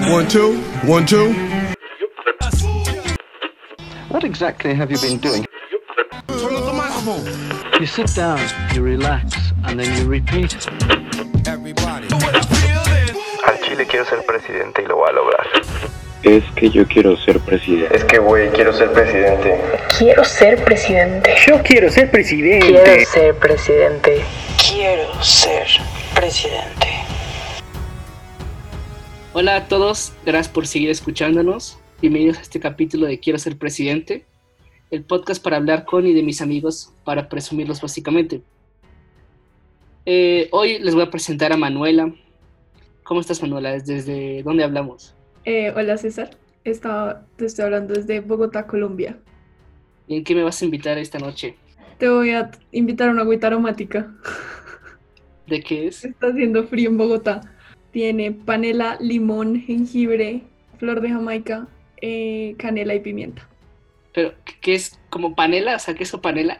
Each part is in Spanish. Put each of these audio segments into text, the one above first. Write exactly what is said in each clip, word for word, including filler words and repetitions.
One, two, one, two. What exactly have you been doing? Turn up the microphone. You sit down, you relax, and then you repeat. Everybody. Al Chile quiero ser presidente y lo voy a lograr. Es que yo quiero ser presidente. Es que, güey, quiero ser presidente. Quiero ser presidente. Yo quiero ser presidente. Quiero ser presidente. Quiero ser presidente. Hola a todos, gracias por seguir escuchándonos. Bienvenidos a este capítulo de Quiero ser presidente, el podcast para hablar con y de mis amigos, para presumirlos básicamente. Eh, hoy les voy a presentar a Manuela. ¿Cómo estás, Manuela? ¿Desde dónde hablamos? Eh, hola César, Estaba, te estoy hablando desde Bogotá, Colombia. ¿Y en qué me vas a invitar esta noche? Te voy a invitar a una agüita aromática. ¿De qué es? Está haciendo frío en Bogotá. Tiene panela, limón, jengibre, flor de Jamaica, eh, canela y pimienta. ¿Pero qué es? ¿Como panela? O sea, ¿queso panela?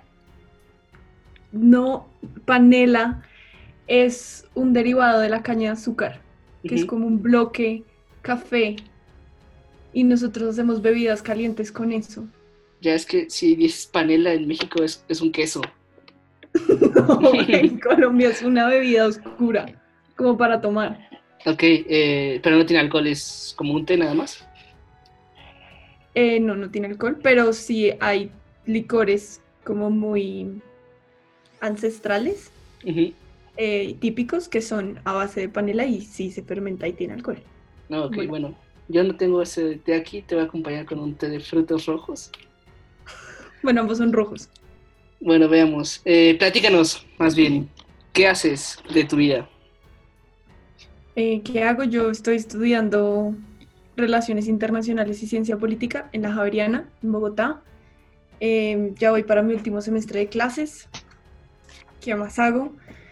No, panela es un derivado de la caña de azúcar, que uh-huh. es como un bloque café, y nosotros hacemos bebidas calientes con eso. Ya es que si dices panela en México es, es un queso. No, en Colombia es una bebida oscura, como para tomar. Ok, eh, pero no tiene alcohol, es como un té nada más. Eh, no, no tiene alcohol, pero sí hay licores como muy ancestrales, uh-huh. eh, típicos, que son a base de panela y sí se fermenta y tiene alcohol. No, ok, bueno. bueno, yo no tengo ese té aquí, te voy a acompañar con un té de frutos rojos. Bueno, ambos son rojos. Bueno, veamos, eh, platícanos más bien, ¿qué haces de tu vida? Eh, ¿Qué hago? Yo estoy estudiando Relaciones Internacionales y Ciencia Política en la Javeriana, en Bogotá. Eh, ya voy para mi último semestre de clases. ¿Qué más hago?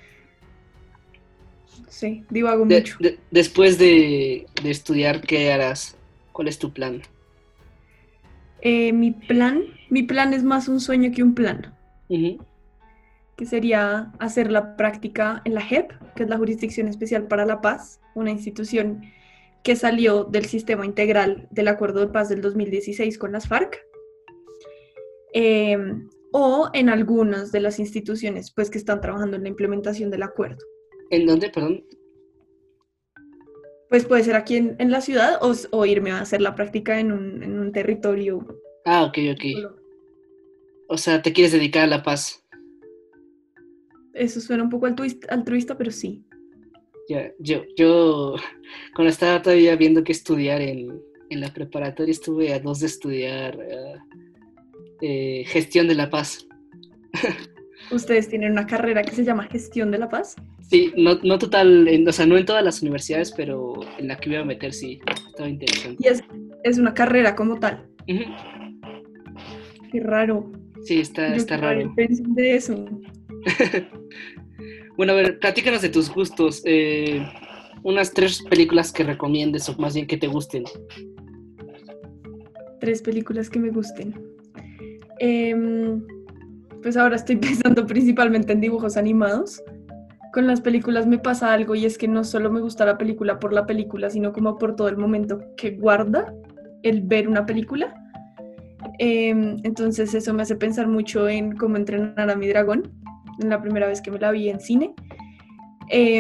Sí, divago de, mucho. De, después de, de estudiar, ¿qué harás? ¿Cuál es tu plan? Eh, mi plan, mi plan es más un sueño que un plan. Uh-huh. Que sería hacer la práctica en la J E P, que es la Jurisdicción Especial para la Paz, una institución que salió del sistema integral del Acuerdo de Paz del dos mil dieciséis con las FARC, eh, o en algunas de las instituciones pues, que están trabajando en la implementación del acuerdo. ¿En dónde, perdón? Pues puede ser aquí en, en la ciudad o, o irme a hacer la práctica en un, en un territorio. Ah, ok, ok. O sea, ¿te quieres dedicar a la paz? Eso suena un poco altruista, altruista pero sí. Ya, yo, yo, cuando estaba todavía viendo qué estudiar en, en la preparatoria, estuve a dos de estudiar uh, eh, gestión de la paz. ¿Ustedes tienen una carrera que se llama Gestión de la Paz? Sí, no, no total, en, o sea, no en todas las universidades, pero en la que me iba a meter sí, estaba interesante. Y es, es una carrera como tal. Uh-huh. Qué raro. Sí, está, Yo está raro. Pensé de eso. Bueno, a ver, platícanos de tus gustos. Eh, unas tres películas que recomiendes, o más bien que te gusten. Tres películas que me gusten. Eh, pues ahora estoy pensando principalmente en dibujos animados. Con las películas me pasa algo y es que no solo me gusta la película por la película, sino como por todo el momento que guarda el ver una película. Eh, entonces eso me hace pensar mucho en cómo entrenar a mi dragón, en la primera vez que me la vi en cine. Eh,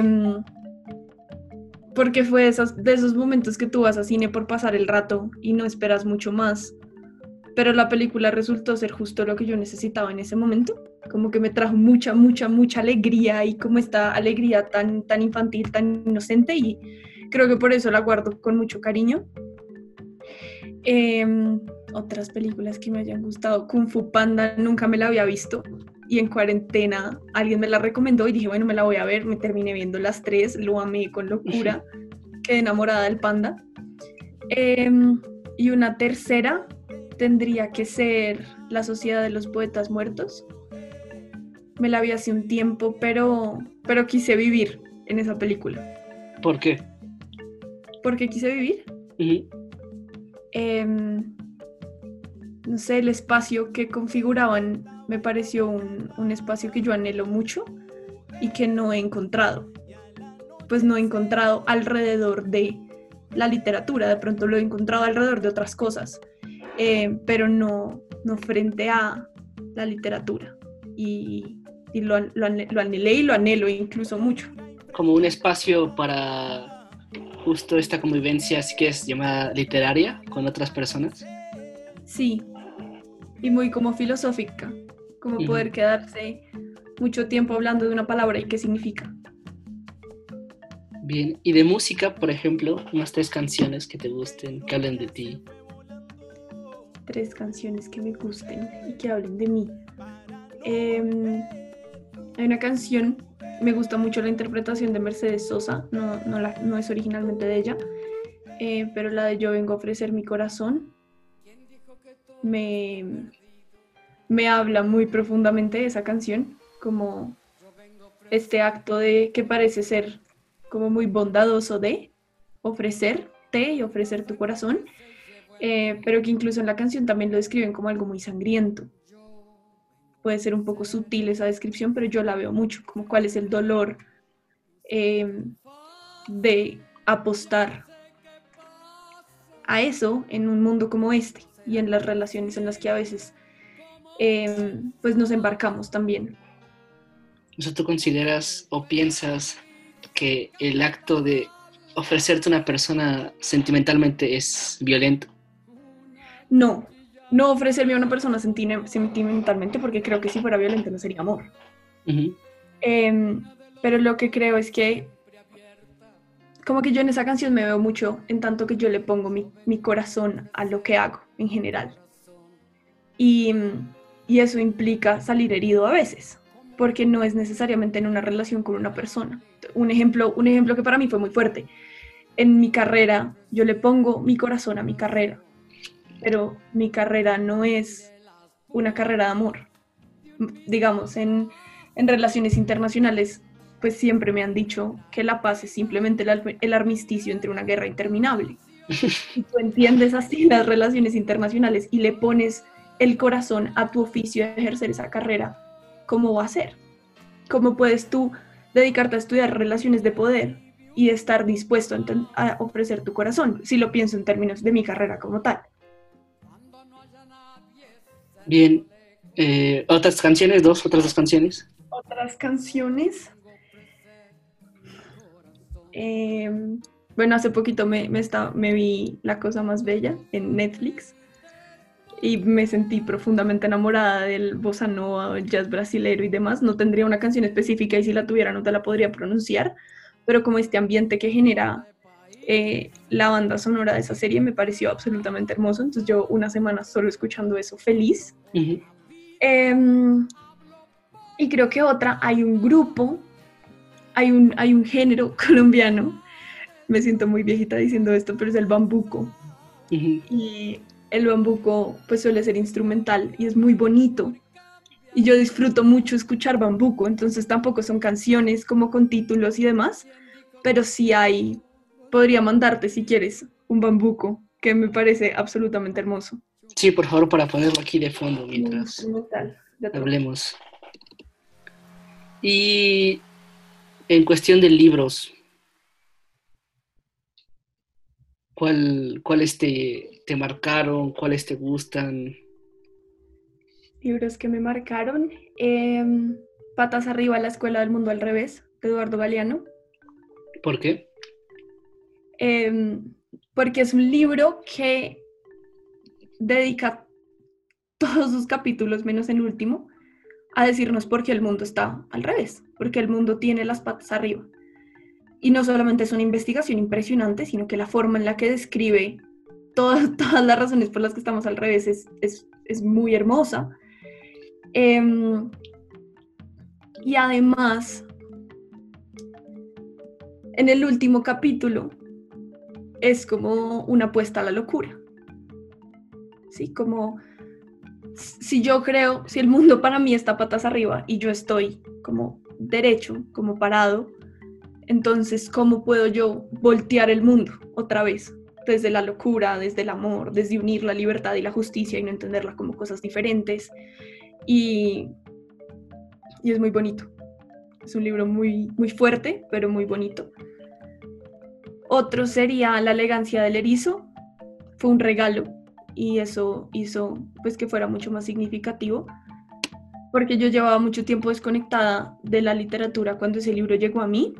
porque fue de esos, de esos momentos que tú vas a cine por pasar el rato y no esperas mucho más. Pero la película resultó ser justo lo que yo necesitaba en ese momento. Como que me trajo mucha, mucha, mucha alegría y como esta alegría tan, tan infantil, tan inocente, y creo que por eso la guardo con mucho cariño. Eh, otras películas que me hayan gustado. Kung Fu Panda nunca me la había visto y en cuarentena alguien me la recomendó y dije, bueno, me la voy a ver. Me terminé viendo las tres, lo amé con locura, quedé enamorada del panda. Eh, y una tercera tendría que ser La Sociedad de los Poetas Muertos. Me la vi hace un tiempo, pero, pero quise vivir en esa película. ¿Por qué? ¿Por qué quise vivir? Uh-huh. Eh, no sé, el espacio que configuraban me pareció un, un espacio que yo anhelo mucho y que no he encontrado. Pues no he encontrado alrededor de la literatura, de pronto lo he encontrado alrededor de otras cosas, eh, pero no, no frente a la literatura. Y, y lo, lo, lo anhelé y lo anhelo incluso mucho. Como un espacio para justo esta convivencia, así que es llamada literaria, con otras personas. Sí, y muy como filosófica, como uh-huh. poder quedarse mucho tiempo hablando de una palabra y qué significa. Bien, y de música, por ejemplo, unas tres canciones que te gusten, que hablen de ti. Tres canciones que me gusten y que hablen de mí. Eh, hay una canción, me gusta mucho la interpretación de Mercedes Sosa, no, no, la, no es originalmente de ella, eh, pero la de Yo vengo a ofrecer mi corazón me, me habla muy profundamente de esa canción, como este acto de que parece ser como muy bondadoso de ofrecerte y ofrecer tu corazón, eh, pero que incluso en la canción también lo describen como algo muy sangriento. Puede ser un poco sutil esa descripción, pero yo la veo mucho, como cuál es el dolor eh, de apostar a eso en un mundo como este y en las relaciones en las que a veces eh, pues nos embarcamos también. O sea, ¿tú consideras o piensas que el acto de ofrecerte a una persona sentimentalmente es violento? No, no ofrecerme a una persona sentine- sentimentalmente, porque creo que si fuera violento no sería amor. Uh-huh. Eh, pero lo que creo es que como que yo en esa canción me veo mucho en tanto que yo le pongo mi, mi corazón a lo que hago en general. Y, y eso implica salir herido a veces, porque no es necesariamente en una relación con una persona. Un ejemplo, un ejemplo que para mí fue muy fuerte. En mi carrera, yo le pongo mi corazón a mi carrera, pero mi carrera no es una carrera de amor. Digamos, en, en relaciones internacionales, pues siempre me han dicho que la paz es simplemente el, el armisticio entre una guerra interminable. Y tú entiendes así las relaciones internacionales y le pones el corazón a tu oficio de ejercer esa carrera, ¿cómo va a ser? ¿Cómo puedes tú dedicarte a estudiar relaciones de poder y estar dispuesto a, a ofrecer tu corazón? Si lo pienso en términos de mi carrera como tal. Bien, eh, ¿otras canciones? ¿Dos? ¿Otras dos canciones? Otras canciones. Eh, bueno, hace poquito me, me, está, me vi La Cosa Más Bella en Netflix y me sentí profundamente enamorada del bossa nova, el jazz brasilero y demás. No tendría una canción específica y si la tuviera no te la podría pronunciar, pero como este ambiente que genera eh, la banda sonora de esa serie me pareció absolutamente hermoso. Entonces yo una semana solo escuchando eso, feliz. Uh-huh. Eh, y creo que otra, hay un grupo, hay un, hay un género colombiano, me siento muy viejita diciendo esto, pero es el bambuco. Uh-huh. Y el bambuco pues suele ser instrumental y es muy bonito. Y yo disfruto mucho escuchar bambuco, entonces tampoco son canciones como con títulos y demás, pero sí hay, podría mandarte si quieres un bambuco, que me parece absolutamente hermoso. Sí, por favor, para ponerlo aquí de fondo mientras hablemos. Y en cuestión de libros, ¿cuál, ¿cuáles te, te marcaron? ¿Cuáles te gustan? Libros que me marcaron. Eh, Patas arriba, la escuela del mundo al revés, de Eduardo Galeano. ¿Por qué? Eh, porque es un libro que dedica todos sus capítulos, menos el último, a decirnos por qué el mundo está al revés, porque el mundo tiene las patas arriba. Y no solamente es una investigación impresionante, sino que la forma en la que describe todas, todas las razones por las que estamos al revés es, es, es muy hermosa. Eh, y además, en el último capítulo, es como una apuesta a la locura. Sí, como si yo creo, si el mundo para mí está patas arriba y yo estoy como derecho, como parado, entonces, ¿cómo puedo yo voltear el mundo otra vez? Desde la locura, desde el amor, desde unir la libertad y la justicia y no entenderla como cosas diferentes. Y, y es muy bonito. Es un libro muy, muy fuerte, pero muy bonito. Otro sería La elegancia del erizo. Fue un regalo y eso hizo pues que fuera mucho más significativo, porque yo llevaba mucho tiempo desconectada de la literatura cuando ese libro llegó a mí.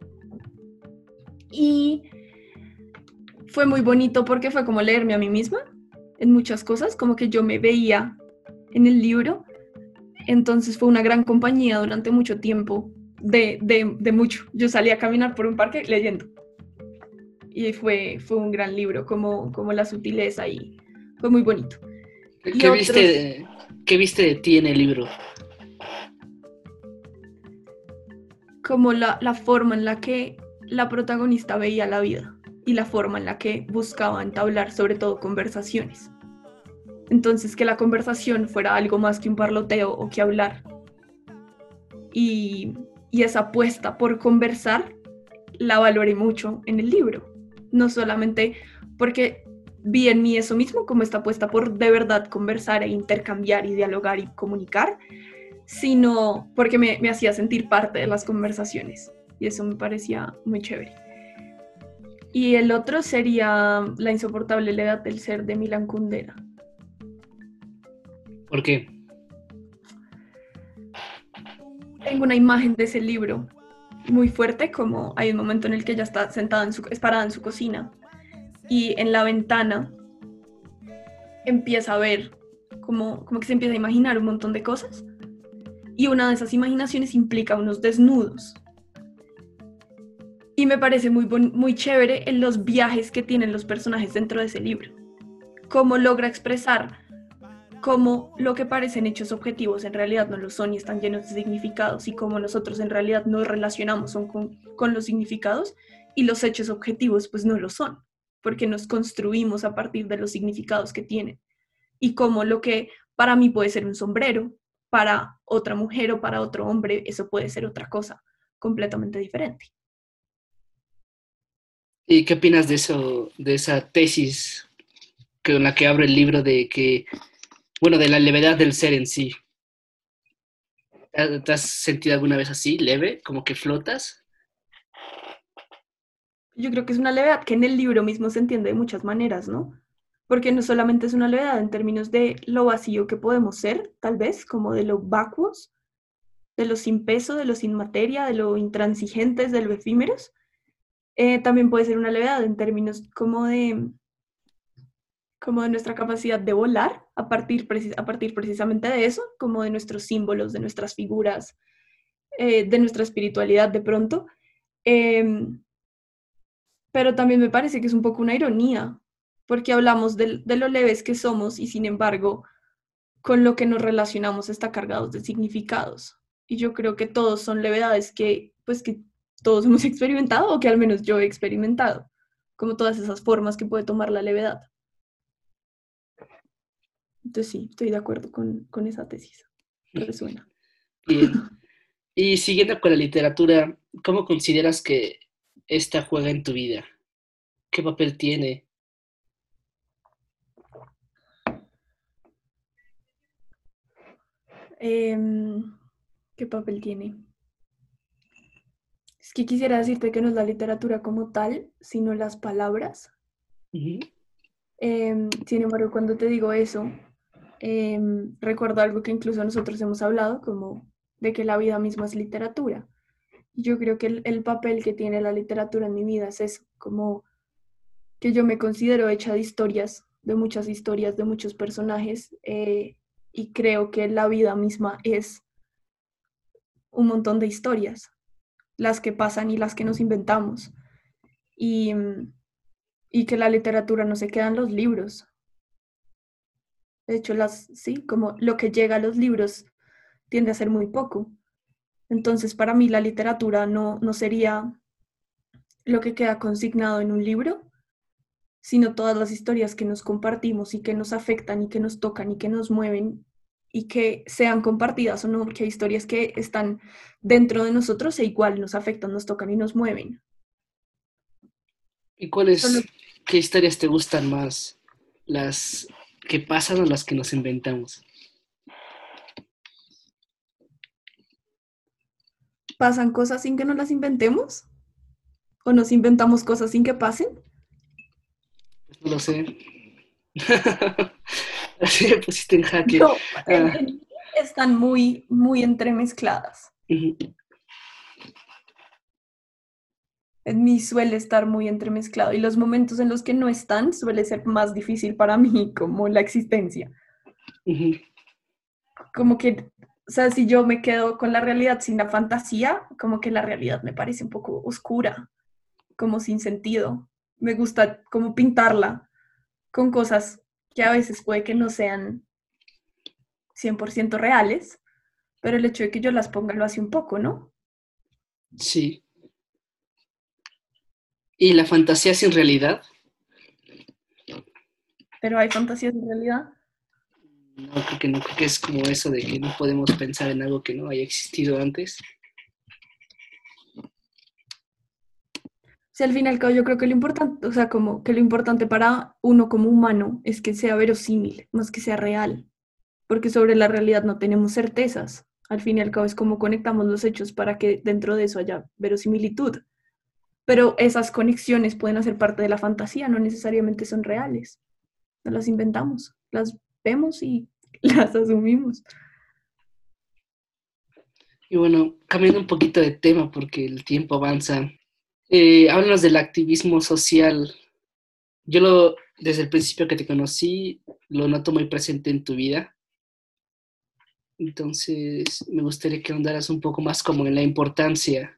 Y fue muy bonito porque fue como leerme a mí misma en muchas cosas, como que yo me veía en el libro. Entonces fue una gran compañía durante mucho tiempo, de, de, de mucho. Yo salía a caminar por un parque leyendo. Y fue, fue un gran libro, como, como la sutileza, y fue muy bonito. Y ¿Qué, otros, viste de, ¿Qué viste de ti en el libro? Como la, la forma en la que la protagonista veía la vida y la forma en la que buscaba entablar sobre todo conversaciones. Entonces, que la conversación fuera algo más que un parloteo o que hablar. Y, y esa apuesta por conversar la valoré mucho en el libro. No solamente porque vi en mí eso mismo, como esta apuesta por de verdad conversar e intercambiar y dialogar y comunicar, sino porque me, me hacía sentir parte de las conversaciones. Y eso me parecía muy chévere. Y el otro sería La insoportable levedad del ser, de Milan Kundera. ¿Por qué? Tengo una imagen de ese libro muy fuerte, como hay un momento en el que ella está sentada, en su, es parada en su cocina, y en la ventana empieza a ver, como, como que se empieza a imaginar un montón de cosas, y una de esas imaginaciones implica unos desnudos. Y me parece muy, bon- muy chévere en los viajes que tienen los personajes dentro de ese libro. Cómo logra expresar cómo lo que parecen hechos objetivos en realidad no lo son y están llenos de significados, y cómo nosotros en realidad nos relacionamos son con, con los significados, y los hechos objetivos pues no lo son, porque nos construimos a partir de los significados que tienen. Y cómo lo que para mí puede ser un sombrero, para otra mujer o para otro hombre, eso puede ser otra cosa completamente diferente. ¿Y qué opinas de eso, de esa tesis con la que abre el libro de que, bueno, de la levedad del ser en sí? ¿Te has sentido alguna vez así, leve, como que flotas? Yo creo que es una levedad que en el libro mismo se entiende de muchas maneras, ¿no? Porque no solamente es una levedad en términos de lo vacío que podemos ser, tal vez, como de lo vacuos, de lo sin peso, de lo sin materia, de lo intransigentes, de lo efímeros. Eh, también puede ser una levedad en términos como de, como de nuestra capacidad de volar, a partir, precis- a partir precisamente de eso, como de nuestros símbolos, de nuestras figuras, eh, de nuestra espiritualidad de pronto. Eh, pero también me parece que es un poco una ironía, porque hablamos de, de lo leves que somos y sin embargo con lo que nos relacionamos está cargado de significados. Y yo creo que todos son levedades que, pues, que todos hemos experimentado, o que al menos yo he experimentado, como todas esas formas que puede tomar la levedad. Entonces sí, estoy de acuerdo con, con esa tesis. Resuena. Bien. Y siguiendo con la literatura, ¿cómo consideras que esta juega en tu vida? ¿Qué papel tiene? Eh, ¿Qué papel tiene? Es que quisiera decirte que no es la literatura como tal, sino las palabras. Uh-huh. Eh, sin embargo, cuando te digo eso, eh, recuerdo algo que incluso nosotros hemos hablado, como de que la vida misma es literatura. Yo creo que el, el papel que tiene la literatura en mi vida es eso, como que yo me considero hecha de historias, de muchas historias, de muchos personajes, eh, y creo que la vida misma es un montón de historias, las que pasan y las que nos inventamos, y, y que la literatura no se queda en los libros. De hecho, las, sí, como lo que llega a los libros tiende a ser muy poco. Entonces, para mí la literatura no, no sería lo que queda consignado en un libro, sino todas las historias que nos compartimos y que nos afectan y que nos tocan y que nos mueven, y que sean compartidas o no, que hay historias que están dentro de nosotros e igual nos afectan, nos tocan y nos mueven. ¿Y cuáles, Solo... qué historias te gustan más? ¿Las que pasan o las que nos inventamos? ¿Pasan cosas sin que nos las inventemos? ¿O nos inventamos cosas sin que pasen? Pues no lo sé. Así me pusiste en jaque. No, en- Ah, en- están muy, muy entremezcladas. ujú. En mí suele estar muy entremezclado y los momentos en los que no están suele ser más difícil para mí, como la existencia. Ujú. Como que, o sea, si yo me quedo con la realidad sin la fantasía, como que la realidad me parece un poco oscura, como sin sentido. Me gusta como pintarla con cosas que a veces puede que no sean cien por ciento reales, pero el hecho de que yo las ponga lo hace un poco, ¿no? Sí. ¿Y la fantasía sin realidad? Pero hay fantasías en realidad. No, creo que no, creo que es como eso de que no podemos pensar en algo que no haya existido antes. O sea, al fin y al cabo yo creo que lo importante, o sea, como que lo importante para uno como humano es que sea verosímil, más que sea real, porque sobre la realidad no tenemos certezas. Al fin y al cabo es como conectamos los hechos para que dentro de eso haya verosimilitud. Pero esas conexiones pueden hacer parte de la fantasía, no necesariamente son reales. No las inventamos, las vemos y las asumimos. Y bueno, cambiando un poquito de tema porque el tiempo avanza. Eh, háblanos del activismo social. Yo lo, desde el principio que te conocí, lo noto muy presente en tu vida. Entonces, me gustaría que ahondaras un poco más como en la importancia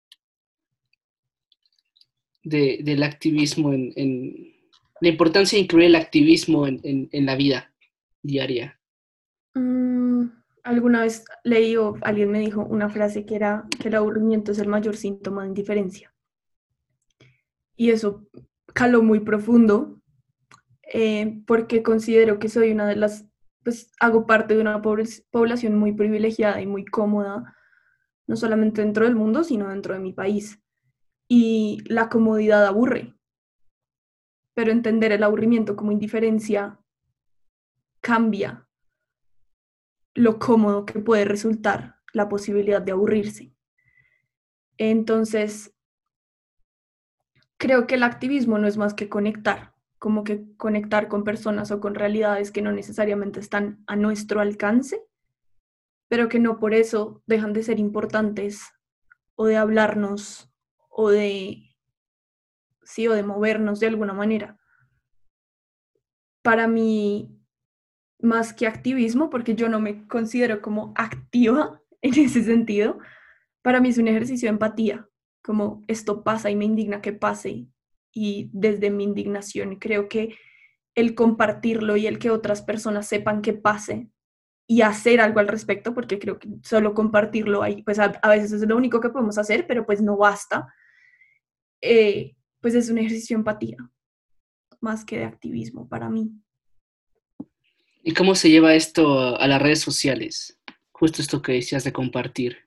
de, del activismo, en, en la importancia de incluir el activismo en, en, en la vida diaria. Mm, alguna vez leí o alguien me dijo una frase que era que el aburrimiento es el mayor síntoma de indiferencia. Y eso caló muy profundo eh, porque considero que soy una de las, pues hago parte de una pobre- población muy privilegiada y muy cómoda, no solamente dentro del mundo, sino dentro de mi país. Y la comodidad aburre, pero entender el aburrimiento como indiferencia cambia lo cómodo que puede resultar la posibilidad de aburrirse. Entonces, creo que el activismo no es más que conectar, como que conectar con personas o con realidades que no necesariamente están a nuestro alcance, pero que no por eso dejan de ser importantes o de hablarnos o de, sí, o de movernos de alguna manera. Para mí, más que activismo, porque yo no me considero como activa en ese sentido, para mí es un ejercicio de empatía, como esto pasa y me indigna que pase, y desde mi indignación creo que el compartirlo y el que otras personas sepan que pase y hacer algo al respecto, porque creo que solo compartirlo ahí, pues a, a veces es lo único que podemos hacer, pero pues no basta, eh, pues es un ejercicio de empatía, más que de activismo para mí. ¿Y cómo se lleva esto a las redes sociales? Justo esto que decías de compartir.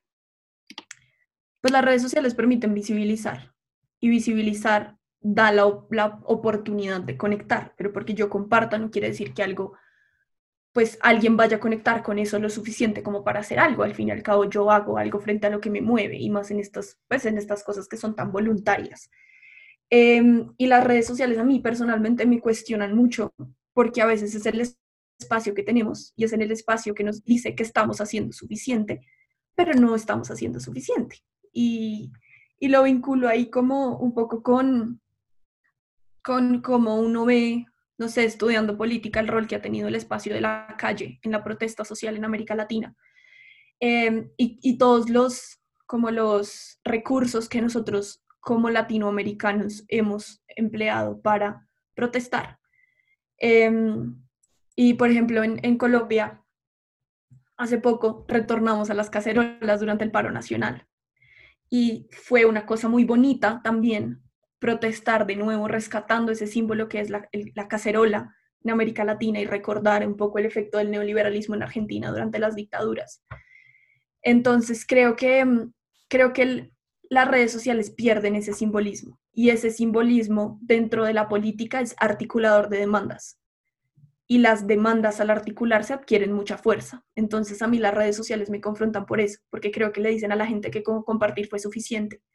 Pues las redes sociales permiten visibilizar y visibilizar da la, la oportunidad de conectar, pero porque yo comparta no quiere decir que algo, pues alguien vaya a conectar con eso lo suficiente como para hacer algo. Al fin y al cabo yo hago algo frente a lo que me mueve y más en estas, pues en estas cosas que son tan voluntarias. Eh, y las redes sociales a mí personalmente me cuestionan mucho porque a veces es el espacio que tenemos y es en el espacio que nos dice que estamos haciendo suficiente, pero no estamos haciendo suficiente. Y, y lo vinculo ahí como un poco con, con cómo uno ve, no sé, estudiando política, el rol que ha tenido el espacio de la calle en la protesta social en América Latina. Eh, y, y todos los, como los recursos que nosotros como latinoamericanos hemos empleado para protestar. Eh, y por ejemplo, en, en Colombia, hace poco retornamos a las cacerolas durante el paro nacional. Y fue una cosa muy bonita también protestar de nuevo, rescatando ese símbolo que es la, el, la cacerola en América Latina y recordar un poco el efecto del neoliberalismo en Argentina durante las dictaduras. Entonces creo que, creo que el, las redes sociales pierden ese simbolismo y ese simbolismo dentro de la política es articulador de demandas. Y las demandas al articularse adquieren mucha fuerza. Entonces a mí las redes sociales me confrontan por eso, porque creo que le dicen a la gente que compartir fue suficiente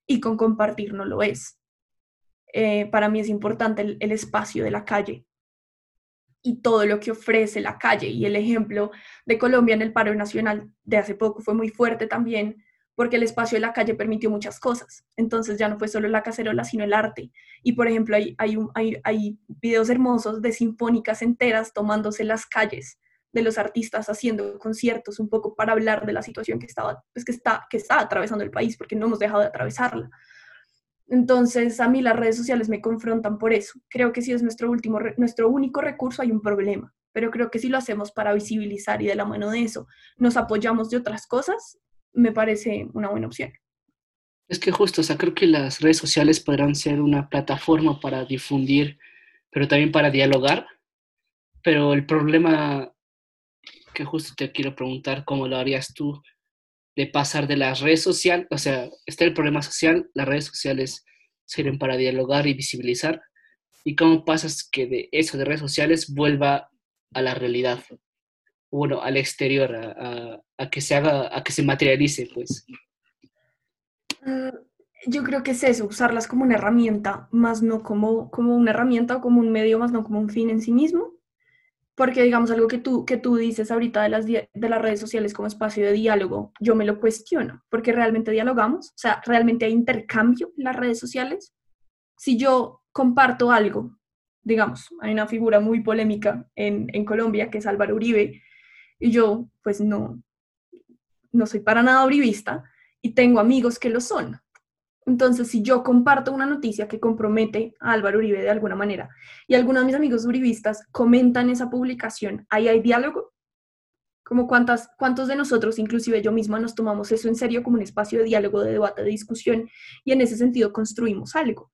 y con compartir no lo es. Eh, para mí es importante el, el espacio de la calle y todo lo que ofrece la calle. Y el ejemplo de Colombia en el paro nacional de hace poco fue muy fuerte también, porque el espacio de la calle permitió muchas cosas. Entonces ya no fue solo la cacerola, sino el arte. Y por ejemplo, hay, hay, un, hay, hay videos hermosos de sinfónicas enteras tomándose las calles, de los artistas haciendo conciertos un poco para hablar de la situación que estaba, pues que está, que está atravesando el país, porque no hemos dejado de atravesarla. Entonces, a mí las redes sociales me confrontan por eso. Creo que si es nuestro, último, nuestro único recurso, hay un problema. Pero creo que si lo hacemos para visibilizar y de la mano de eso nos apoyamos de otras cosas, me parece una buena opción. Es que justo, o sea, creo que las redes sociales podrán ser una plataforma para difundir, pero también para dialogar. Pero el problema que justo te quiero preguntar, ¿cómo lo harías tú? De pasar de las redes sociales, o sea, está el problema social, las redes sociales sirven para dialogar y visibilizar, y cómo pasas que de eso de redes sociales vuelva a la realidad, bueno, al exterior, a, a, a que se haga, a que se materialice, pues. Uh, yo creo que es eso, usarlas como una herramienta, más no como, como una herramienta o como un medio, más no como un fin en sí mismo. Porque, digamos, algo que tú, que tú dices ahorita de las, de las redes sociales como espacio de diálogo, yo me lo cuestiono, porque realmente dialogamos, o sea, realmente hay intercambio en las redes sociales. Si yo comparto algo, digamos, hay una figura muy polémica en, en Colombia, que es Álvaro Uribe, y yo, pues no, no soy para nada uribista, y tengo amigos que lo son. Entonces, si yo comparto una noticia que compromete a Álvaro Uribe de alguna manera y algunos de mis amigos uribistas comentan esa publicación, ¿ahí hay diálogo? Como cuántas, cuántos de nosotros, inclusive yo misma, nos tomamos eso en serio como un espacio de diálogo, de debate, de discusión, y en ese sentido construimos algo.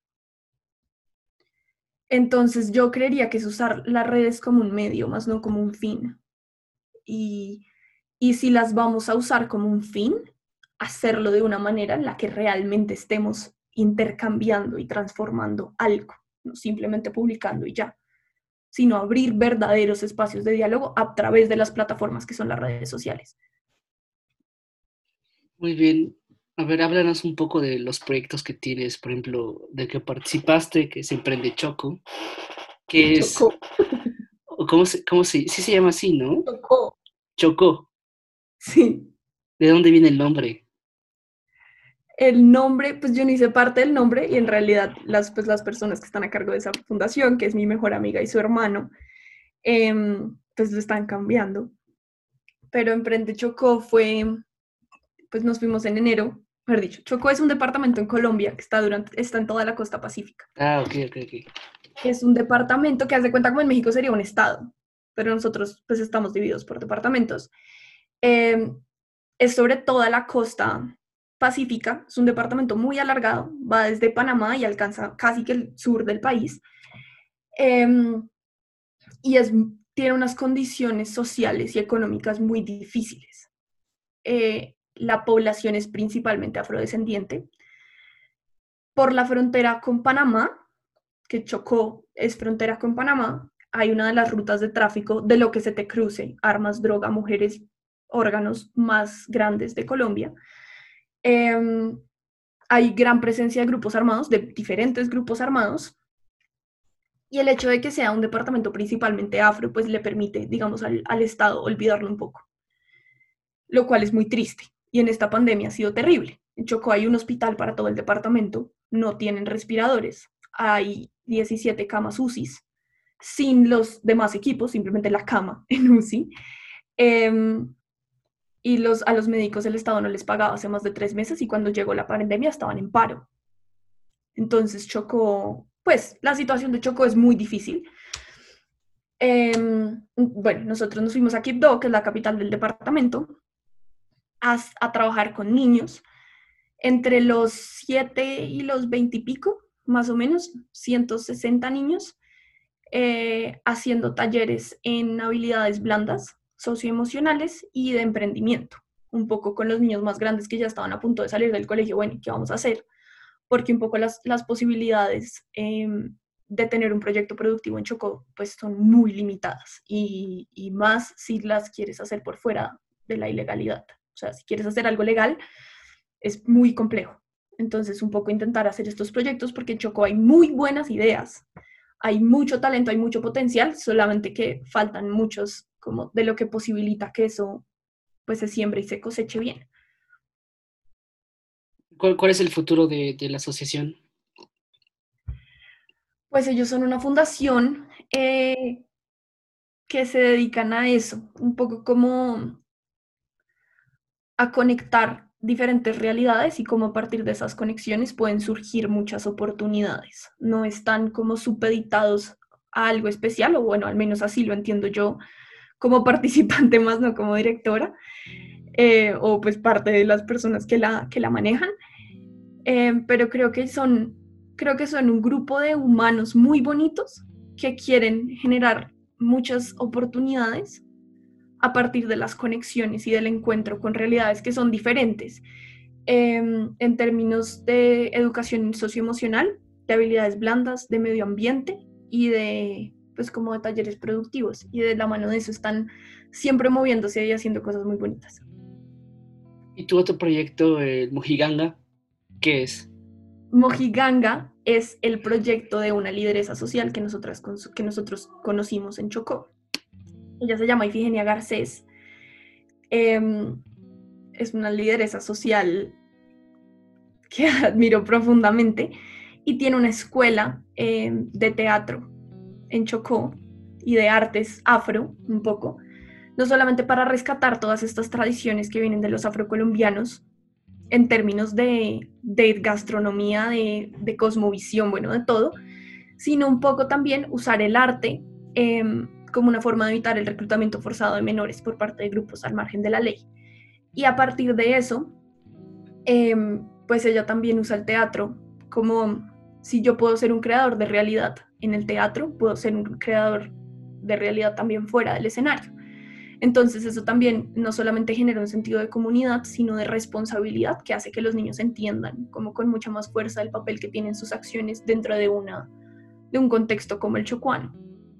Entonces, yo creería que es usar las redes como un medio, más no como un fin. Y, y si las vamos a usar como un fin, hacerlo de una manera en la que realmente estemos intercambiando y transformando algo, no simplemente publicando y ya, sino abrir verdaderos espacios de diálogo a través de las plataformas que son las redes sociales. Muy bien. A ver, háblanos un poco de los proyectos que tienes, por ejemplo, de que participaste, que es Emprende Choco, que es... Chocó. ¿Cómo se, cómo se, sí se llama así, ¿no? Chocó. Chocó. Sí. ¿De dónde viene el nombre? El nombre, pues yo no hice parte del nombre y en realidad las, pues, las personas que están a cargo de esa fundación, que es mi mejor amiga y su hermano, eh, pues lo están cambiando. Pero Emprende Chocó fue, pues nos fuimos en enero, mejor dicho, Chocó es un departamento en Colombia que está, durante, está en toda la costa pacífica. Ah, ok, ok, ok. Es un departamento que, haz de cuenta, como en México sería un estado, pero nosotros pues estamos divididos por departamentos. Eh, es sobre toda la costa pacífica, es un departamento muy alargado, va desde Panamá y alcanza casi que el sur del país, eh, y es, tiene unas condiciones sociales y económicas muy difíciles. Eh, la población es principalmente afrodescendiente. Por la frontera con Panamá, que Chocó es frontera con Panamá, hay una de las rutas de tráfico de lo que se te cruce, armas, droga, mujeres, órganos más grandes de Colombia. Eh, hay gran presencia de grupos armados, de diferentes grupos armados, y el hecho de que sea un departamento principalmente afro, pues le permite, digamos, al, al Estado olvidarlo un poco, lo cual es muy triste, y en esta pandemia ha sido terrible. En Chocó hay un hospital para todo el departamento, no tienen respiradores, hay diecisiete camas U C Is, sin los demás equipos, simplemente la cama en U C I, eh, y los, a los médicos el Estado no les pagaba hace más de tres meses y cuando llegó la pandemia estaban en paro. Entonces Chocó, pues la situación de Chocó es muy difícil. Eh, bueno, nosotros nos fuimos a Quibdó, que es la capital del departamento, a, a trabajar con niños entre los siete y los veinte y pico, más o menos, ciento sesenta niños, eh, haciendo talleres en habilidades blandas, socioemocionales y de emprendimiento, un poco con los niños más grandes que ya estaban a punto de salir del colegio. Bueno, ¿qué vamos a hacer? Porque un poco las, las posibilidades eh, de tener un proyecto productivo en Chocó pues son muy limitadas y, y más si las quieres hacer por fuera de la ilegalidad. O sea, si quieres hacer algo legal, es muy complejo. Entonces, un poco intentar hacer estos proyectos porque en Chocó hay muy buenas ideas, hay mucho talento, hay mucho potencial, solamente que faltan muchos como de lo que posibilita que eso pues se siembre y se coseche bien. ¿Cuál, cuál es el futuro de, de la asociación? Pues ellos son una fundación eh, que se dedican a eso, un poco como a conectar diferentes realidades y cómo a partir de esas conexiones pueden surgir muchas oportunidades. No están como supeditados a algo especial, o bueno, al menos así lo entiendo yo como participante más no como directora, eh, o pues parte de las personas que la, que la manejan, eh, pero creo que son, creo que son un grupo de humanos muy bonitos que quieren generar muchas oportunidades a partir de las conexiones y del encuentro con realidades que son diferentes eh, en términos de educación socioemocional, de habilidades blandas, de medio ambiente y de, pues como de talleres productivos. Y de la mano de eso están siempre moviéndose y haciendo cosas muy bonitas. ¿Y tu otro proyecto, el Mojiganga, qué es? Mojiganga es el proyecto de una lideresa social que, nosotras, que nosotros conocimos en Chocó. Ella se llama Ifigenia Garcés. Eh, es una lideresa social que admiro profundamente y tiene una escuela eh, de teatro en Chocó y de artes afro, un poco, no solamente para rescatar todas estas tradiciones que vienen de los afrocolombianos en términos de, de gastronomía, de, de cosmovisión, bueno, de todo, sino un poco también usar el arte eh, como una forma de evitar el reclutamiento forzado de menores por parte de grupos al margen de la ley. Y a partir de eso, eh, pues ella también usa el teatro como, si yo puedo ser un creador de realidad en el teatro, puedo ser un creador de realidad también fuera del escenario. Entonces eso también no solamente genera un sentido de comunidad, sino de responsabilidad que hace que los niños entiendan como con mucha más fuerza el papel que tienen sus acciones dentro de, una, de un contexto como el chocuano.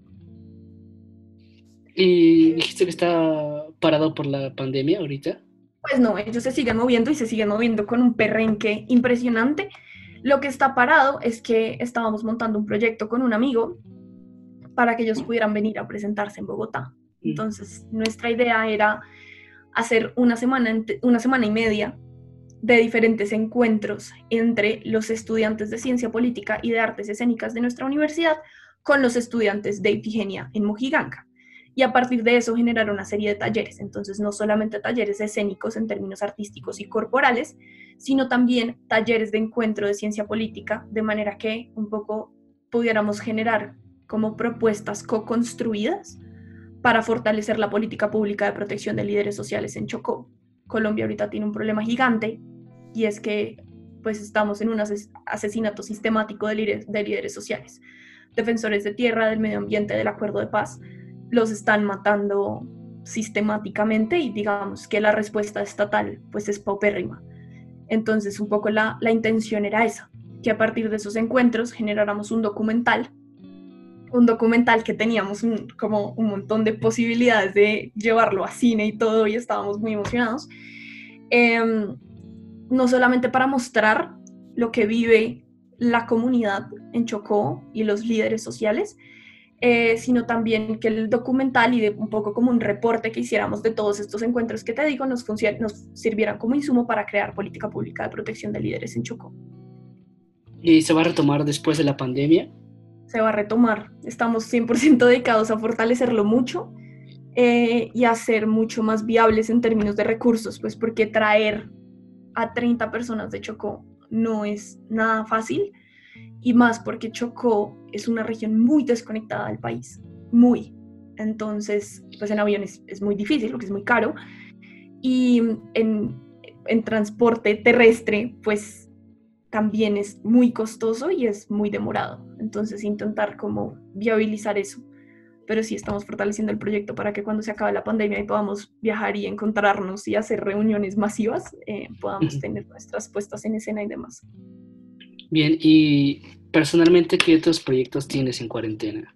¿Y dijiste que está parado por la pandemia ahorita? Pues no, ellos se siguen moviendo y se siguen moviendo con un perrenque impresionante. Lo que está parado es que estábamos montando un proyecto con un amigo para que ellos pudieran venir a presentarse en Bogotá. Entonces, nuestra idea era hacer una semana, una semana y media de diferentes encuentros entre los estudiantes de Ciencia Política y de Artes Escénicas de nuestra universidad con los estudiantes de Ifigenia en Mojiganga. Y a partir de eso generar una serie de talleres. Entonces, no solamente talleres escénicos en términos artísticos y corporales, sino también talleres de encuentro de ciencia política, de manera que un poco pudiéramos generar como propuestas co-construidas para fortalecer la política pública de protección de líderes sociales en Chocó. Colombia ahorita tiene un problema gigante y es que pues estamos en un ases- asesinato sistemático de líderes, de líderes sociales. Defensores de tierra, del medio ambiente, del acuerdo de paz, los están matando sistemáticamente y digamos que la respuesta estatal pues es paupérrima. Entonces un poco la, la intención era esa, que a partir de esos encuentros generáramos un documental un documental que teníamos un, como un montón de posibilidades de llevarlo a cine y todo, y estábamos muy emocionados, eh, no solamente para mostrar lo que vive la comunidad en Chocó y los líderes sociales, eh, sino también que el documental y de un poco como un reporte que hiciéramos de todos estos encuentros que te digo nos, func- nos sirvieran como insumo para crear política pública de protección de líderes en Chocó. ¿Y se va a retomar después de la pandemia? Se va a retomar. Estamos cien por ciento dedicados a fortalecerlo mucho eh, y a ser mucho más viables en términos de recursos, pues porque traer a treinta personas de Chocó no es nada fácil, y más porque Chocó es una región muy desconectada del país, muy. Entonces, pues en aviones es muy difícil porque es muy caro, y en, en transporte terrestre, pues también es muy costoso y es muy demorado. Entonces intentar como viabilizar eso. Pero sí estamos fortaleciendo el proyecto para que cuando se acabe la pandemia y podamos viajar y encontrarnos y hacer reuniones masivas, eh, podamos tener nuestras puestas en escena y demás. Bien, y personalmente, ¿qué otros proyectos tienes en cuarentena?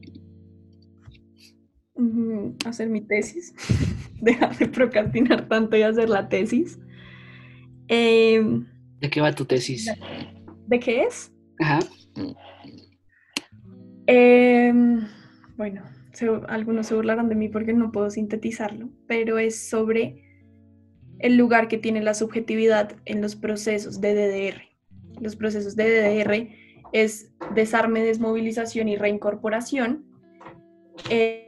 Uh-huh. Hacer mi tesis, dejar de procrastinar tanto y hacer la tesis. Eh, ¿De qué va tu tesis? ¿De qué es? Ajá. Eh, bueno, se, algunos se burlarán de mí porque no puedo sintetizarlo, pero es sobre el lugar que tiene la subjetividad en los procesos de D D R. Los procesos de D D R es desarme, desmovilización y reincorporación eh,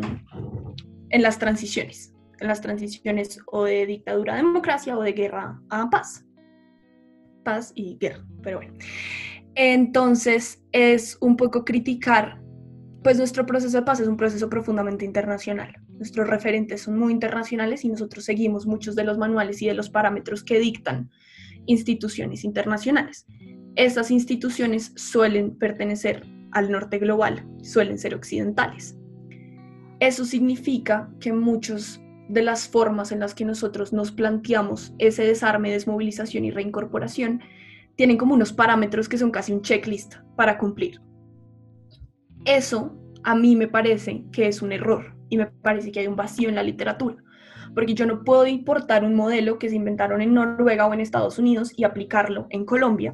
en las transiciones, en las transiciones o de dictadura a democracia o de guerra a paz. Paz y guerra, pero bueno. Entonces es un poco criticar, pues nuestro proceso de paz es un proceso profundamente internacional. Nuestros referentes son muy internacionales y nosotros seguimos muchos de los manuales y de los parámetros que dictan instituciones internacionales. Estas instituciones suelen pertenecer al norte global, suelen ser occidentales. Eso significa que muchas de las formas en las que nosotros nos planteamos ese desarme, desmovilización y reincorporación tienen como unos parámetros que son casi un checklist para cumplir. Eso a mí me parece que es un error y me parece que hay un vacío en la literatura, porque yo no puedo importar un modelo que se inventaron en Noruega o en Estados Unidos y aplicarlo en Colombia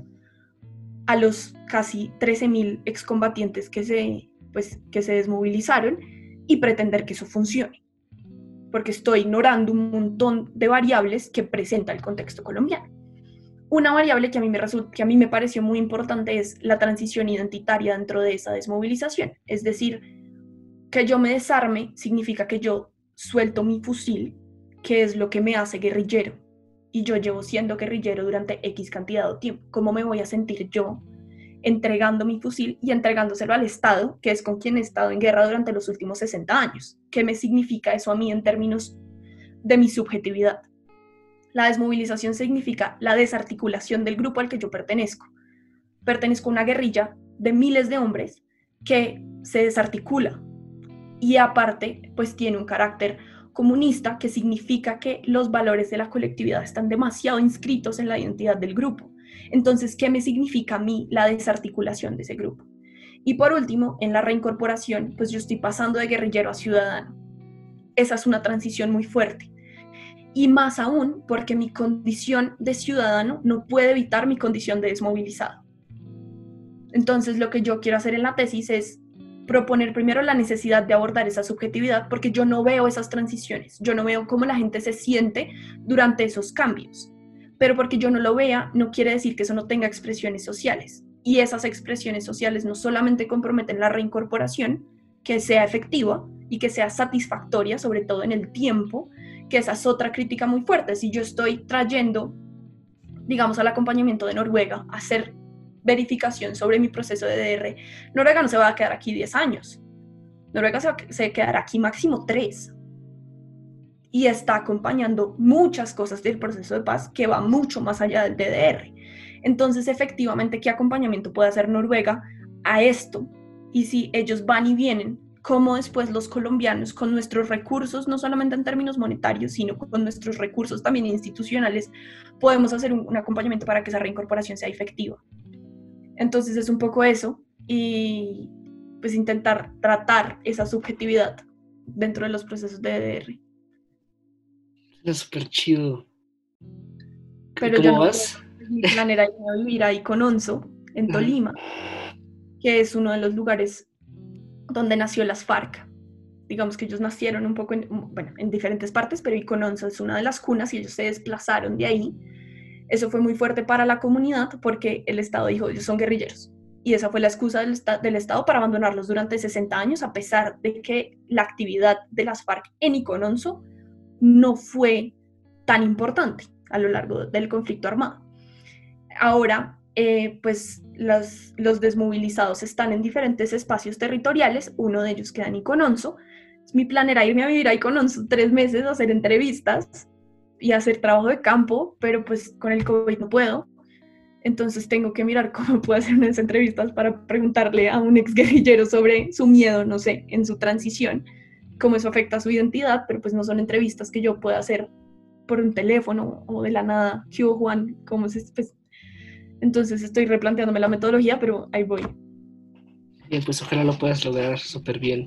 a los casi trece mil excombatientes que se, pues, que se desmovilizaron y pretender que eso funcione, porque estoy ignorando un montón de variables que presenta el contexto colombiano. Una variable que a mí me resulta, que a mí me pareció muy importante es la transición identitaria dentro de esa desmovilización. Es decir, que yo me desarme significa que yo suelto mi fusil, que es lo que me hace guerrillero. Y yo llevo siendo guerrillero durante X cantidad de tiempo. ¿Cómo me voy a sentir yo entregando mi fusil y entregándoselo al Estado, que es con quien he estado en guerra durante los últimos sesenta años? ¿Qué me significa eso a mí en términos de mi subjetividad? La desmovilización significa la desarticulación del grupo al que yo pertenezco. Pertenezco a una guerrilla de miles de hombres que se desarticula y aparte pues tiene un carácter comunista, que significa que los valores de la colectividad están demasiado inscritos en la identidad del grupo. Entonces, ¿qué me significa a mí la desarticulación de ese grupo? Y por último, en la reincorporación, pues yo estoy pasando de guerrillero a ciudadano. Esa es una transición muy fuerte. Y más aún porque mi condición de ciudadano no puede evitar mi condición de desmovilizado. Entonces lo que yo quiero hacer en la tesis es proponer primero la necesidad de abordar esa subjetividad, porque yo no veo esas transiciones, yo no veo cómo la gente se siente durante esos cambios. Pero porque yo no lo vea, no quiere decir que eso no tenga expresiones sociales. Y esas expresiones sociales no solamente comprometen la reincorporación, que sea efectiva y que sea satisfactoria, sobre todo en el tiempo, que esa es otra crítica muy fuerte. Si yo estoy trayendo, digamos, al acompañamiento de Noruega a hacer verificación sobre mi proceso de D D R, Noruega no se va a quedar aquí diez años. Noruega se, va, se quedará aquí máximo tres. Y está acompañando muchas cosas del proceso de paz que va mucho más allá del D D R. Entonces, efectivamente, ¿qué acompañamiento puede hacer Noruega a esto? Y si ellos van y vienen, cómo después los colombianos, con nuestros recursos, no solamente en términos monetarios, sino con nuestros recursos también institucionales, podemos hacer un, un acompañamiento para que esa reincorporación sea efectiva. Entonces es un poco eso, y pues intentar tratar esa subjetividad dentro de los procesos de D D R. Es súper chido. Pero yo no vas? Mi plan era ir a vivir ahí con Onso, en Tolima, que es uno de los lugares donde nació las FARC. Digamos que ellos nacieron un poco en, bueno, en diferentes partes, pero Icononso es una de las cunas y ellos se desplazaron de ahí. Eso fue muy fuerte para la comunidad porque el Estado dijo, ellos son guerrilleros. Y esa fue la excusa del, del Estado para abandonarlos durante sesenta años, a pesar de que la actividad de las FARC en Icononso no fue tan importante a lo largo del conflicto armado. Ahora, eh, pues los, los desmovilizados están en diferentes espacios territoriales, uno de ellos queda en Icononso. Mi plan era irme a vivir a Icononso tres meses, a hacer entrevistas y hacer trabajo de campo, pero pues con el COVID no puedo. Entonces tengo que mirar cómo puedo hacer unas entrevistas para preguntarle a un ex guerrillero sobre su miedo, no sé, en su transición, cómo eso afecta a su identidad, pero pues no son entrevistas que yo pueda hacer por un teléfono o de la nada. ¿Qué hubo, Juan? ¿Cómo se...? Pues, entonces estoy replanteándome la metodología, pero ahí voy. Bien, pues ojalá lo puedas lograr súper bien.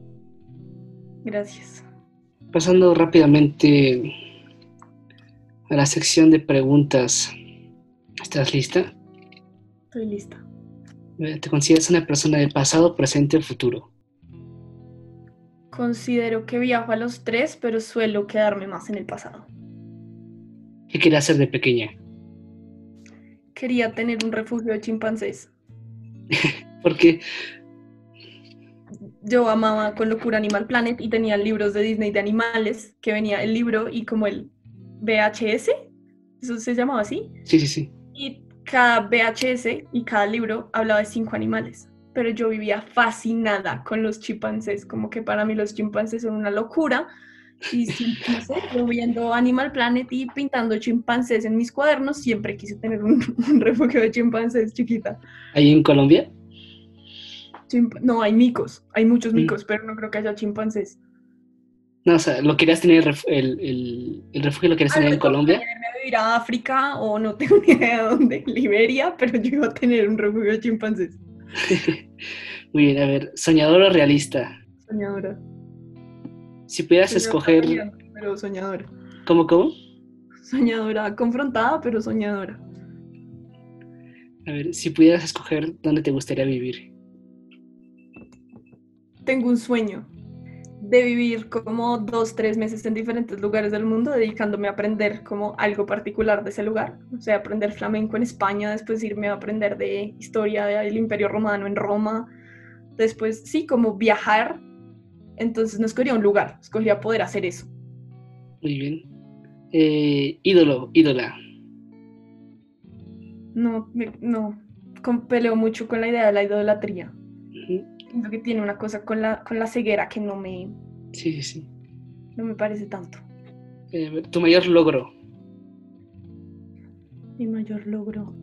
Gracias. Pasando rápidamente a la sección de preguntas. ¿Estás lista? Estoy lista. A ver, ¿te consideras una persona de pasado, presente o futuro? Considero que viajo a los tres, pero suelo quedarme más en el pasado. ¿Qué querías hacer de pequeña? Quería tener un refugio de chimpancés. Porque, Yo amaba con locura Animal Planet y tenía libros de Disney de animales, que venía el libro y como el V H S, eso se llamaba así, sí, sí, sí. y cada V H S y cada libro hablaba de cinco animales, pero yo vivía fascinada con los chimpancés, como que para mí los chimpancés son una locura, y siempre, no sé, yo viendo Animal Planet y pintando chimpancés en mis cuadernos, siempre quise tener un, un refugio de chimpancés chiquita. ¿Ahí en Colombia? Chimp- no, hay micos, hay muchos Mm. micos, pero no creo que haya chimpancés. No, o sea, ¿lo querías tener el, ref- el, el, el refugio lo querías Ah, tener no, en yo Colombia? quería irme a vivir a África o no tengo ni idea de dónde, Liberia, pero yo iba a tener un refugio de chimpancés. Muy bien, a ver, ¿soñador o realista? Soñadora. Si pudieras Soñadora escoger... brillante, pero soñadora. ¿Cómo, cómo? Soñadora, confrontada, pero soñadora. A ver, si pudieras escoger dónde te gustaría vivir. Tengo un sueño de vivir como dos, tres meses en diferentes lugares del mundo, dedicándome a aprender como algo particular de ese lugar. O sea, aprender flamenco en España, después irme a aprender de historia del Imperio Romano en Roma. Después, sí, como viajar. Entonces no escogía un lugar, escogía poder hacer eso. Muy bien. Eh, ídolo, ídola. No, me- no, con- peleo mucho con la idea de la idolatría. Ujú. Siento que tiene una cosa con la, con la ceguera que no me, Sí, sí, sí. no me parece tanto. Eh, a ver, tu mayor logro. Mi mayor logro.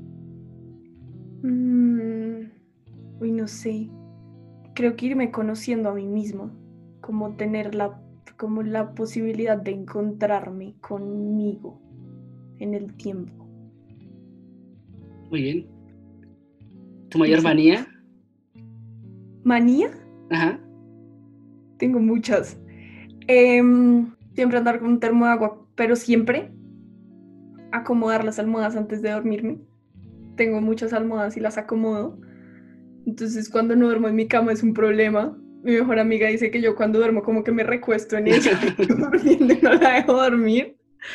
Mm, uy, no sé. Creo que irme conociendo a mí mismo, como tener la, como la posibilidad de encontrarme conmigo en el tiempo. Muy bien. ¿Tu mayor Sí. manía? ¿Manía? Ajá. Tengo muchas. Em, siempre andar con un termo de agua, pero siempre acomodar las almohadas antes de dormirme. Tengo muchas almohadas y las acomodo. Entonces cuando no duermo en mi cama es un problema. Mi mejor amiga dice que yo cuando duermo como que me recuesto en ella y yo durmiendo y no la dejo dormir.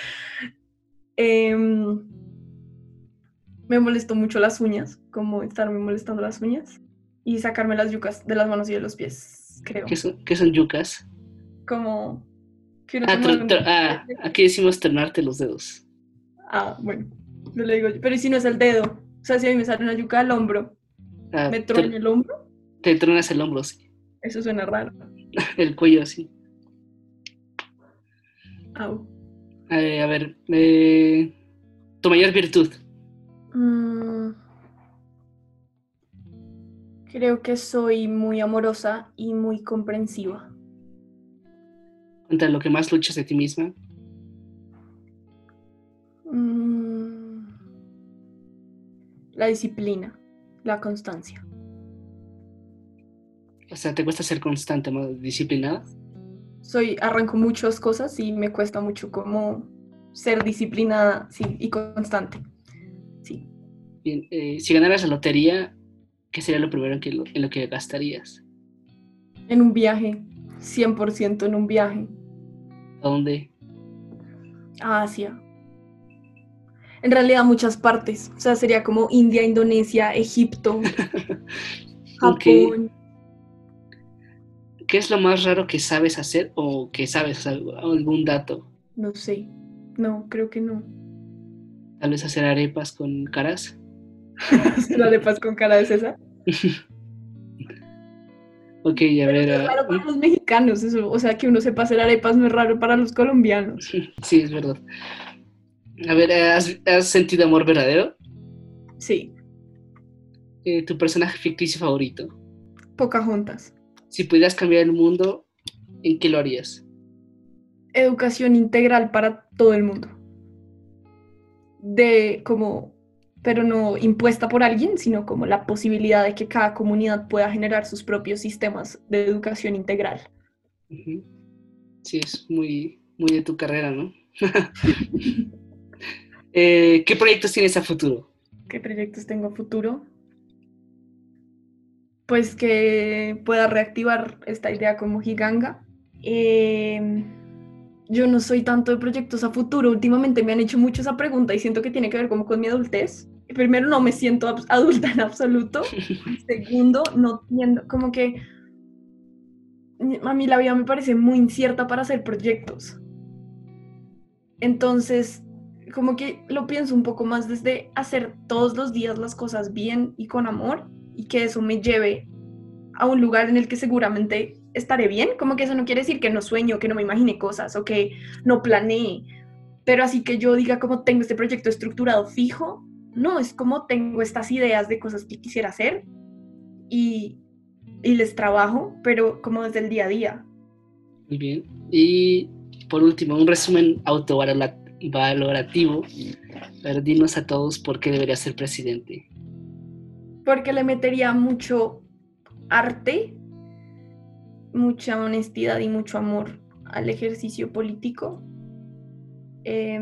Em, me molestó mucho las uñas, como estarme molestando las uñas y sacarme las yucas de las manos y de los pies, creo. ¿Qué son, qué son yucas? Como que uno Ah, se tro- mueve un- tro- ah, aquí decimos tronarte los dedos. Ah, bueno, no le digo yo. Pero ¿y si no es el dedo? O sea, si a mí me sale una yuca al hombro, Ah, ¿me te, trueno el hombro? te tronas el hombro, sí. Eso suena raro. El cuello, así. Au. Eh, a ver, eh, tu mayor virtud. Mm, creo que soy muy amorosa y muy comprensiva. Contra lo que más luchas de ti misma. Mm, la disciplina, la constancia. O sea, te cuesta ser constante, más disciplinada. Soy, arranco muchas cosas y me cuesta mucho como ser disciplinada, sí, y constante. Sí. Bien, eh, si ganaras la lotería, ¿qué sería lo primero en, que lo, en lo que gastarías? En un viaje, cien por ciento en un viaje ¿A dónde? a Asia. En realidad muchas partes, o sea, sería como India, Indonesia, Egipto, Ok. Japón. ¿Qué es lo más raro que sabes hacer o que sabes, o sea, algún dato? No sé, no, creo que no. Tal vez hacer arepas con caras. ¿La arepas con cara de César? Ok, a ver. Es ah, raro para los mexicanos, eso, o sea, que uno sepa hacer arepas no es raro para los colombianos. sí, es verdad. A ver, ¿has, has sentido amor verdadero? Sí, Eh, ¿tu personaje ficticio favorito? Pocahontas. Si pudieras cambiar el mundo, ¿en qué lo harías? Educación integral para todo el mundo. De como, pero no impuesta por alguien, sino como la posibilidad de que cada comunidad pueda generar sus propios sistemas de educación integral. Ujú. Sí, es muy, muy de tu carrera, ¿no? eh, ¿Qué proyectos tienes a futuro? ¿Qué proyectos tengo a futuro? Pues que pueda reactivar esta idea como Giganga. Eh, yo no soy tanto de proyectos a futuro. Últimamente me han hecho mucho esa pregunta y siento que tiene que ver como con mi adultez. Primero, no me siento ab- adulta en absoluto. Segundo, no tiendo, como que a mí la vida me parece muy incierta para hacer proyectos. Entonces, como que lo pienso un poco más desde hacer todos los días las cosas bien y con amor, y que eso me lleve a un lugar en el que seguramente estaré bien. Como que eso no quiere decir que no sueño, que no me imagine cosas o que no planee, pero así que yo diga como tengo este proyecto estructurado fijo, no, es como tengo estas ideas de cosas que quisiera hacer y, y les trabajo, pero como desde el día a día. Muy bien. Y por último, un resumen autovalorativo. A ver, dinos a todos por qué debería ser presidente. Porque le metería mucho arte, mucha honestidad y mucho amor al ejercicio político. Eh,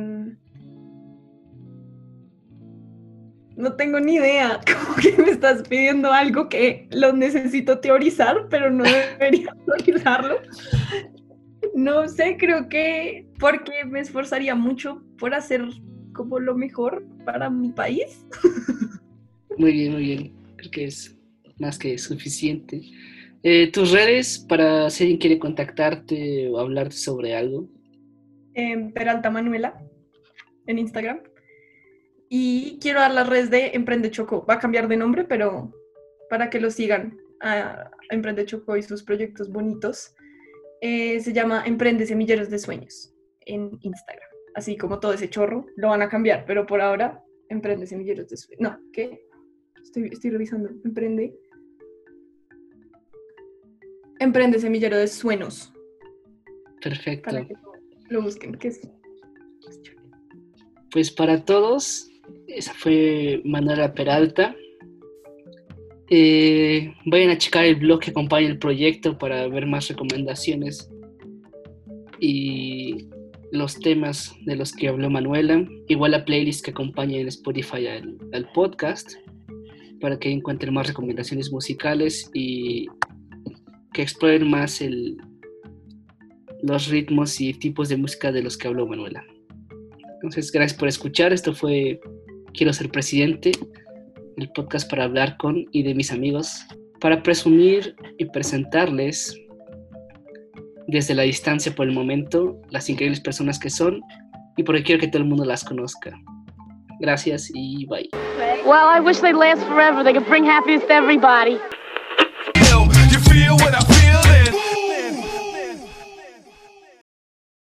no tengo ni idea, como que me estás pidiendo algo que lo necesito teorizar, pero no debería teorizarlo. No sé, creo que porque me esforzaría mucho por hacer como lo mejor para mi país. Muy bien, muy bien. Creo que es más que suficiente. Eh, ¿Tus redes para si alguien quiere contactarte o hablarte sobre algo? Eh, Peralta Manuela en Instagram. Y quiero dar las redes de Emprende Choco. Va a cambiar de nombre, pero para que lo sigan a Emprende Choco y sus proyectos bonitos. Eh, se llama Emprende Semilleros de Sueños en Instagram. Así como todo ese chorro, lo van a cambiar, pero por ahora, Emprende Semilleros de Sueños. No, ¿qué? Estoy, estoy revisando. Emprende. Emprende Semillero de Sueños. Perfecto. Para que lo busquen, que es... Pues para todos, esa fue Manuela Peralta. Eh, vayan a checar el blog que acompaña el proyecto para ver más recomendaciones y los temas de los que habló Manuela. Igual la playlist que acompaña en Spotify al, al podcast, para que encuentren más recomendaciones musicales y que exploren más el, los ritmos y tipos de música de los que habló Manuela. Entonces, gracias por escuchar. Esto fue Quiero Ser Presidente, el podcast para hablar con y de mis amigos, para presumir y presentarles desde la distancia por el momento las increíbles personas que son y porque quiero que todo el mundo las conozca. Gracias y bye. Well, I wish they'd last forever. They could bring happiness to everybody. You feel what I